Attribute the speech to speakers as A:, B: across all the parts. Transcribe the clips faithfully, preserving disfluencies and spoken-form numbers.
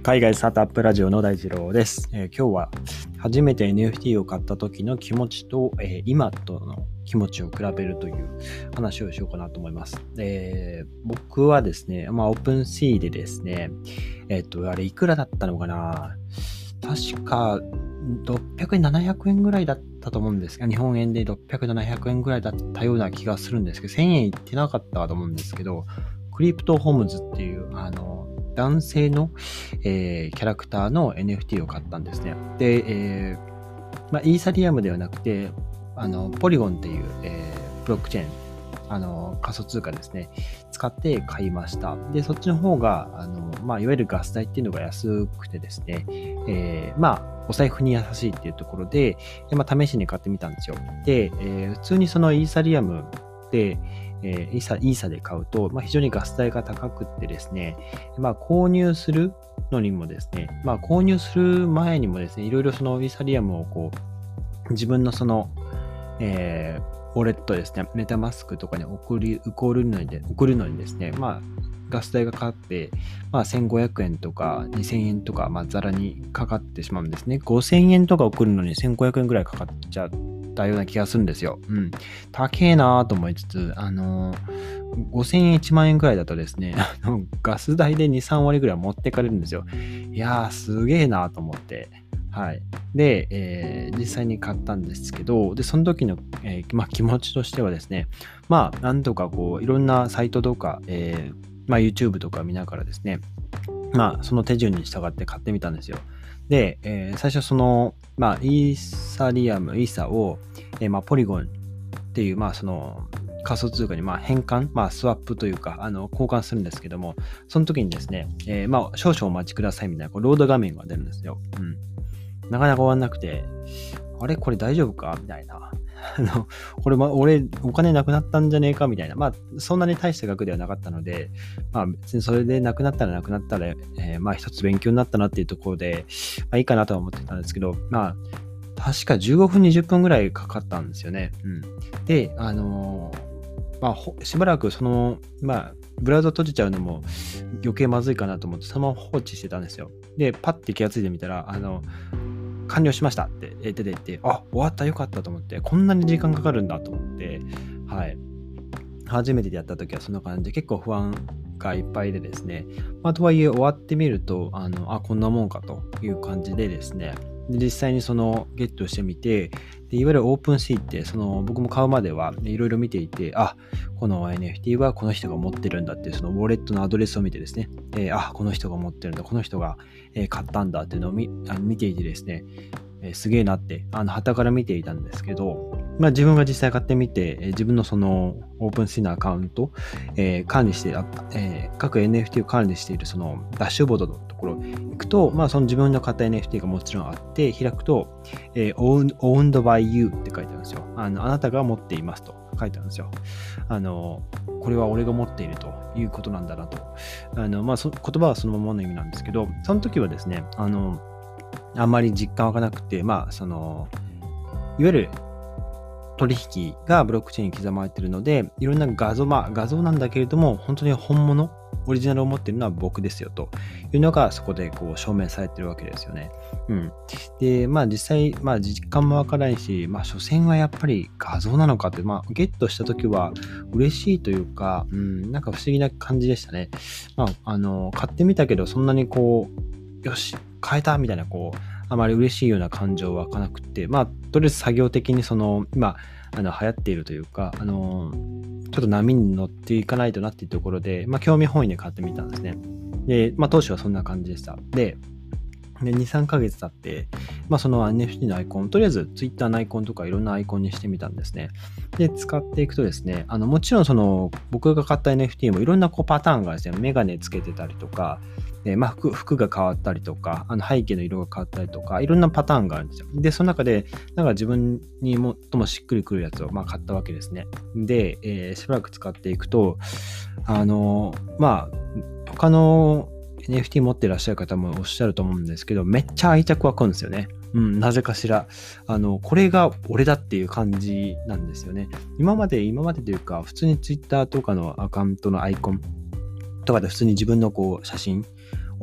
A: 海外スタートアップラジオの大二郎です、えー、今日は初めて エヌエフティー を買った時の気持ちと、えー、今との気持ちを比べるという話をしようかなと思います。えー、僕はですね、まあ、オープンシーでですね、えっと、あれいくらだったのかな、確かろっぴゃくえん、ななひゃくえんぐらいだったと思うんですが、日本円でろっぴゃく、ななひゃくえんぐらいだったような気がするんですけど、せんえんいってなかったと思うんですけど、クリプトホームズっていう、あの、男性の、えー、キャラクターの エヌエフティー を買ったんですね。で、えーまあ、イーサリアムではなくて、あの、ポリゴンっていう、えー、ブロックチェーン、あの、仮想通貨ですね、使って買いました。で、そっちの方が、あの、まあ、いわゆるガス代っていうのが安くてですね、えー、まあ、お財布に優しいっていうところで、まあ、試しに買ってみたんですよ。で、えー、普通にそのイーサリアムで、えー、イーサ、イーサで買うと、まあ、非常にガス代が高くってですね、まあ、購入するのにもですね、まあ、購入する前にもですね、いろいろそのイーサリアムをこう、自分のその、えー、ウォレットですね、メタマスクとかに送り、送るのにで、送るのにですね、まあ、ガス代がかかって、まあ、せんごひゃくえんとかにせんえんとか、まあ、ざらにかかってしまうんですね。ごせんえんとか送るのにせんごひゃくえんぐらいかかっちゃったような気がするんですよ。うん。高えなーと思いつつ、あのー、ごせんえんいちまんえんぐらいだとですね、あのガス代でに、さんわりぐらい持ってかれるんですよ。いやー、すげえなーと思って。はい。で、えー、実際に買ったんですけど、で、その時の、えーまあ、気持ちとしてはですね、まあ、なんとかこう、いろんなサイトとか、えー、まあ、YouTube とか見ながらですね、まあ、その手順に従って買ってみたんですよ。で、えー、最初その、まあ、イーサリアム、イーサを、えー、まあ、ポリゴンっていう、まあ、その、仮想通貨にまあ変換、まあ、スワップというか、あの、交換するんですけども、その時にですね、えー、まあ、少々お待ちくださいみたいな、こうロード画面が出るんですよ。うん。なかなか終わんなくて、あれこれ大丈夫かみたいな。あの、これ、ま、俺、お金なくなったんじゃねえかみたいな。まあ、そんなに大した額ではなかったので、まあ、別にそれでなくなったらなくなったら、えー、まあ、一つ勉強になったなっていうところで、まあ、いいかなとは思ってたんですけど、まあ、確かじゅうごふん、にじゅっぷんぐらいかかったんですよね。うん。で、あのー、まあ、しばらくその、まあ、ブラウザ閉じちゃうのも余計まずいかなと思って、そのまま放置してたんですよ。で、パッて気がついてみたら、あの、完了しましたって出てって、あ、終わった、よかったと思って、こんなに時間かかるんだと思って、はい。初めてやった時はそんな感じで結構不安がいっぱいでですね、まあ、とはいえ終わってみると、あの、あ、こんなもんかという感じでですね、で実際にそのゲットしてみて、でいわゆるオープンシーってその僕も買うまではいろいろ見ていて、あ、この エヌエフティー はこの人が持ってるんだっていうそのウォレットのアドレスを見てですね、えー、あ、この人が持ってるんだ、この人が買ったんだっていうのを 見, あの見ていてですね、えー、すげえなってあの旗から見ていたんですけど、まあ、自分が実際買ってみて、えー、自分のそのオープンシーのアカウント、えー、管理して、えー、各 エヌエフティー を管理しているそのダッシュボードのところ行くと、まあ、その自分の買った エヌエフティー がもちろんあって、開くと、えー、owned, owned by you って書いてあるんですよ。あの、あなたが持っていますと書いてあるんですよ。あの、これは俺が持っているということなんだなと。あの、まあ、そ言葉はそのままの意味なんですけど、その時はですね、あの、あんまり実感湧かなくて、まあ、その、いわゆる取引がブロックチェーンに刻まれているので、いろんな画像、まあ画像なんだけれども、本当に本物、オリジナルを持っているのは僕ですよというのがそこでこう証明されているわけですよね。うん。で、まあ実際、まあ実感もわからないし、まあ所詮はやっぱり画像なのかって、まあゲットした時は嬉しいというか、うん、なんか不思議な感じでしたね。まあ、あの、買ってみたけど、そんなにこう、よし、買えたみたいな、こう、あまり嬉しいような感情は湧かなくて、まあ、とりあえず作業的にその、今、あの、流行っているというか、あの、ちょっと波に乗っていかないとなっていうところで、まあ、興味本位で買ってみたんですね。で、まあ、当初はそんな感じでした。で、でに、さんかげつ経って、まあ、その エヌエフティー のアイコン、とりあえず Twitter のアイコンとかいろんなアイコンにしてみたんですね。で、使っていくとですね、あの、もちろんその、僕が買った エヌエフティー もいろんなこうパターンがですね、メガネつけてたりとか、えー、まあ服、服が変わったりとか、あの背景の色が変わったりとか、いろんなパターンがあるんですよ。で、その中で、なんか自分に最もしっくりくるやつをまあ買ったわけですね。で、えー、しばらく使っていくと、あの、まあ、他のエヌエフティー 持ってらっしゃる方もおっしゃると思うんですけど、めっちゃ愛着湧くんですよね。うん、なぜかしら。あの、これが俺だっていう感じなんですよね。今まで、今までというか、普通に Twitter とかのアカウントのアイコンとかで普通に自分のこう写真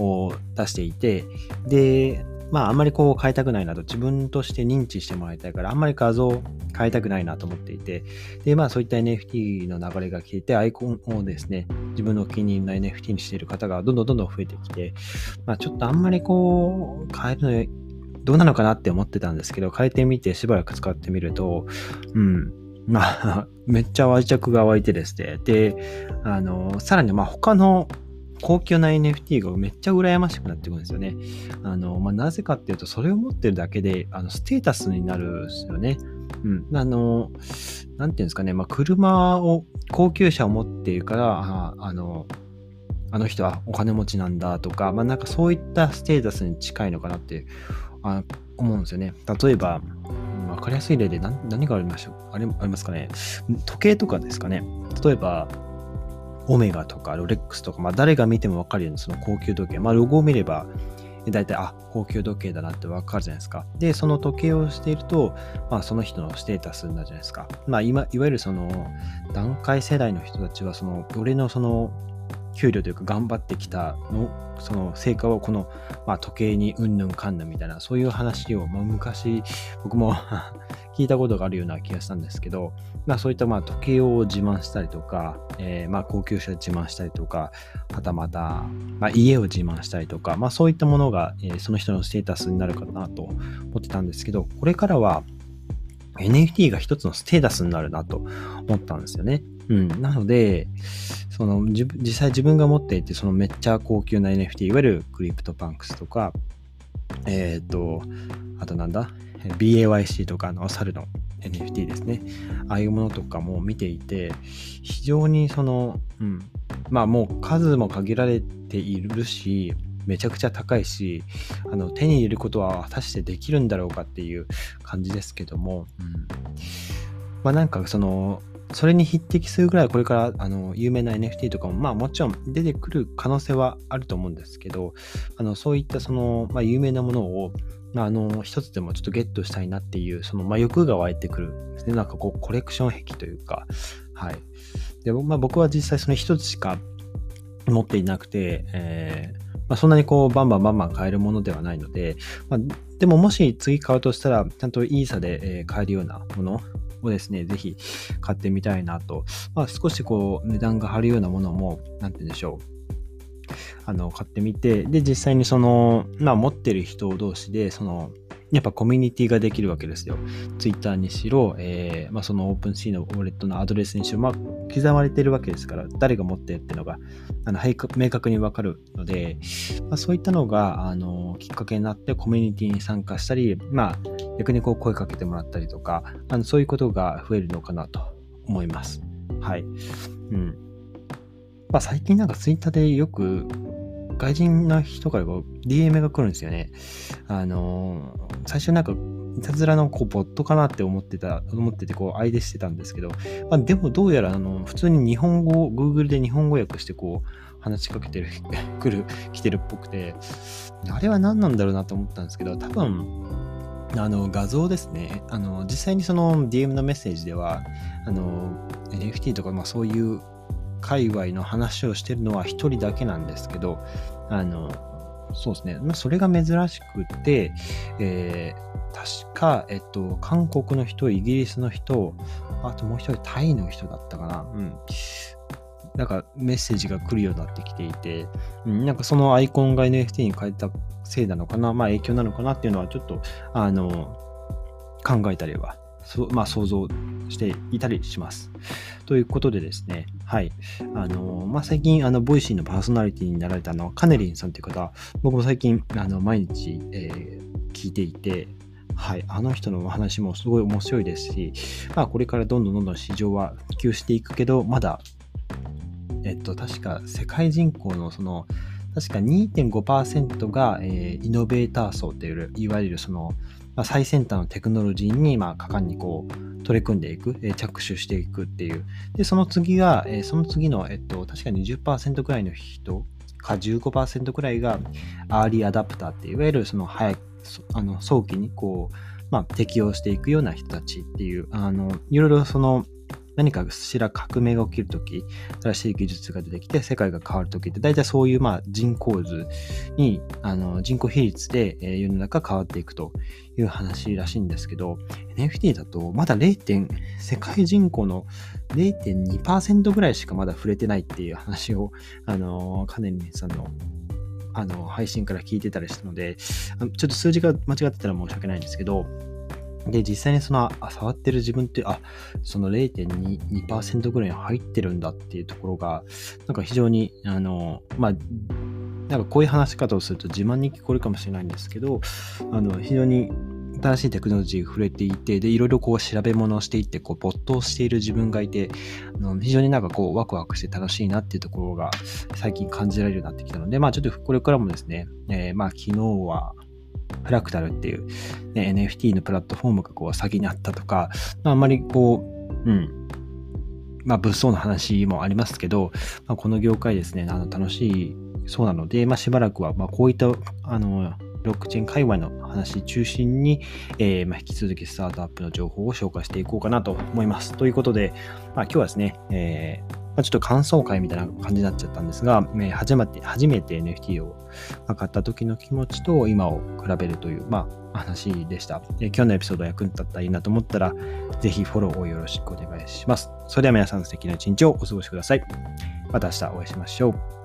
A: を出していて、で、まああんまりこう変えたくないなと、自分として認知してもらいたいから、あんまり画像を変えたくないなと思っていて、で、まあそういった エヌエフティー の流れが来ていて、アイコンをですね、自分のお気に入りの エヌエフティー にしている方がどんどんどんどん増えてきて、まあちょっとあんまりこう、変えるのどうなのかなって思ってたんですけど、変えてみてしばらく使ってみると、うん、まあ、めっちゃ愛着が湧いてですね。で、あの、さらにまあ他の高級な エヌエフティー がめっちゃ羨ましくなってくるんですよね。あの、まあ、なぜかっていうと、それを持ってるだけで、あの、ステータスになるんですよね。うん。あの、なんていうんですかね、まあ、車を、高級車を持っているから、あ、あの、あの人はお金持ちなんだとか、まあ、なんかそういったステータスに近いのかなってあ思うんですよね。例えば、わかりやすい例で何何がありましょうあれありますかね。時計とかですかね。例えば、オメガとかロレックスとか、まあ、誰が見てもわかるようなその高級時計、まあ、ロゴを見れば、大体、あ、高級時計だなってわかるじゃないですか。で、その時計をしていると、まあ、その人のステータスになるじゃないですか。まあ、今、いわゆるその、段階世代の人たちは、その、俺のその、給料というか頑張ってきたのその成果をこの、まあ、時計にうんぬんかんぬんみたいなそういう話を、まあ、昔僕も聞いたことがあるような気がしたんですけど、まあ、そういったまあ時計を自慢したりとか、えー、まあ高級車自慢したりとか、はたまた、まあ、家を自慢したりとか、まあ、そういったものが、えー、その人のステータスになるかなと思ってたんですけど、これからは エヌエフティー が一つのステータスになるなと思ったんですよね。うん、なので、その実際自分が持っていて、そのめっちゃ高級な エヌエフティー、いわゆるクリプトパンクスとか、えっと、あとなんだ、ビーエーワイシー とかのサルの エヌエフティー ですね。ああいうものとかも見ていて、非常にその、うん、まあもう数も限られているし、めちゃくちゃ高いし、あの手に入れることは果たしてできるんだろうかっていう感じですけども、うん、まあなんかその、それに匹敵するぐらいこれからあの有名な エヌエフティー とかもまあもちろん出てくる可能性はあると思うんですけど、あのそういったその、まあ、有名なものをあの一つでもちょっとゲットしたいなっていうその、まあ、欲が湧いてくるんですね。なんかこうコレクション癖というか、はい。で、まあ、僕は実際その一つしか持っていなくて、えーまあ、そんなにこうバンバンバンバン買えるものではないので、まあ、でももし次買うとしたらちゃんといい差で、えー、買えるようなものをですね、ぜひ買ってみたいなと。まあ、少しこう値段が張るようなものも、なんて言うんでしょう。あの、買ってみて、で、実際にその、まあ、持ってる人同士で、その、やっぱコミュニティができるわけですよ。ツイッターにしろ、えーまあ、そのオープンシーのウォレットのアドレスにしろ、まあ、刻まれてるわけですから、誰が持ってるっていうのが、あの、明確にわかるので、まあ、そういったのが、あの、きっかけになってコミュニティに参加したり、まあ、逆にこう声かけてもらったりとか、あのそういうことが増えるのかなと思います。はい。うん。まあ、最近なんかツイッターでよく、外人の人からこう ディーエム が来るんですよね。あのー、最初なんかいたずらのこうボットかなって思ってた、思っててこう相手してたんですけど、まあ、でもどうやらあの普通に日本語を Google で日本語訳してこう話しかけてる来る来てるっぽくて、あれは何なんだろうなと思ったんですけど、多分あの画像ですね。あの実際にその ディーエム のメッセージではあの エヌエフティー とかまあそういう界隈の話をしてるのは一人だけなんですけど、あの、そうですね。まあ、それが珍しくて、えー、確か、えっと、韓国の人、イギリスの人、あともう一人タイの人だったかな。うん。なんかメッセージが来るようになってきていて、うん、なんかそのアイコンが エヌエフティー に変えたせいなのかな、まあ影響なのかなっていうのはちょっと、あの、考えたりは、そまあ想像していたりします。ということでですね、はい。あの、まあ、最近、あの、ボイシーのパーソナリティになられたのは、カネリンさんという方、僕も最近、あの、毎日、えー、聞いていて、はい。あの人のお話もすごい面白いですし、まあ、これからどんどんどんどん市場は普及していくけど、まだ、えっと、確か世界人口のその、確か にてんごパーセント が、えー、イノベーター層という、いわゆるその、まあ、最先端のテクノロジーに、まあ、果敢にこう、取り組んでいく、えー、着手していくっていう。で、その次が、えー、その次の、えっと、確か にじゅっパーセント くらいの人かじゅうごパーセント くらいが、アーリーアダプターっていう、いわゆるその早く、あの、早期にこう、まあ、適応していくような人たちっていう、あの、いろいろその、 何かしら革命が起きるとき、新しい技術が出てきて世界が変わるときって、大体そういうまあ人口図に、あの人口比率で世の中変わっていくという話らしいんですけど、エヌエフティー だとまだれいてん、世界人口の れいてんにパーセント ぐらいしかまだ触れてないっていう話を、あの、カネリンさんのあの配信から聞いてたりしたので、ちょっと数字が間違ってたら申し訳ないんですけど、で、実際にその、あ、触ってる自分って、あ、その れいてんにパーセント ぐらいに入ってるんだっていうところが、なんか非常に、あの、まあ、なんかこういう話し方をすると自慢に聞こえるかもしれないんですけど、あの、非常に新しいテクノロジーに触れていて、で、いろいろこう調べ物をしていって、こう没頭している自分がいて、あの非常になんかこうワクワクして楽しいなっていうところが最近感じられるようになってきたので、まあちょっとこれからもですね、えー、まあ昨日はフラクタルっていう、ね、エヌエフティー のプラットフォームがこう先にあったとか、まああんまりこう、うん、まあ物騒な話もありますけど、まあ、この業界ですね、あの楽しいそうなので、まあしばらくはまあこういったあのブロックチェーン界隈の話中心に、えーまあ、引き続きスタートアップの情報を紹介していこうかなと思います。ということで、まあ、今日はですね、えーまあ、ちょっと感想会みたいな感じになっちゃったんですが、えー、初めて、初めて エヌエフティー を買った時の気持ちと今を比べるという、まあ、話でした。えー、今日のエピソードが役に立ったらいいなと思ったら、ぜひフォローをよろしくお願いします。それでは皆さん素敵な一日をお過ごしください。また明日お会いしましょう。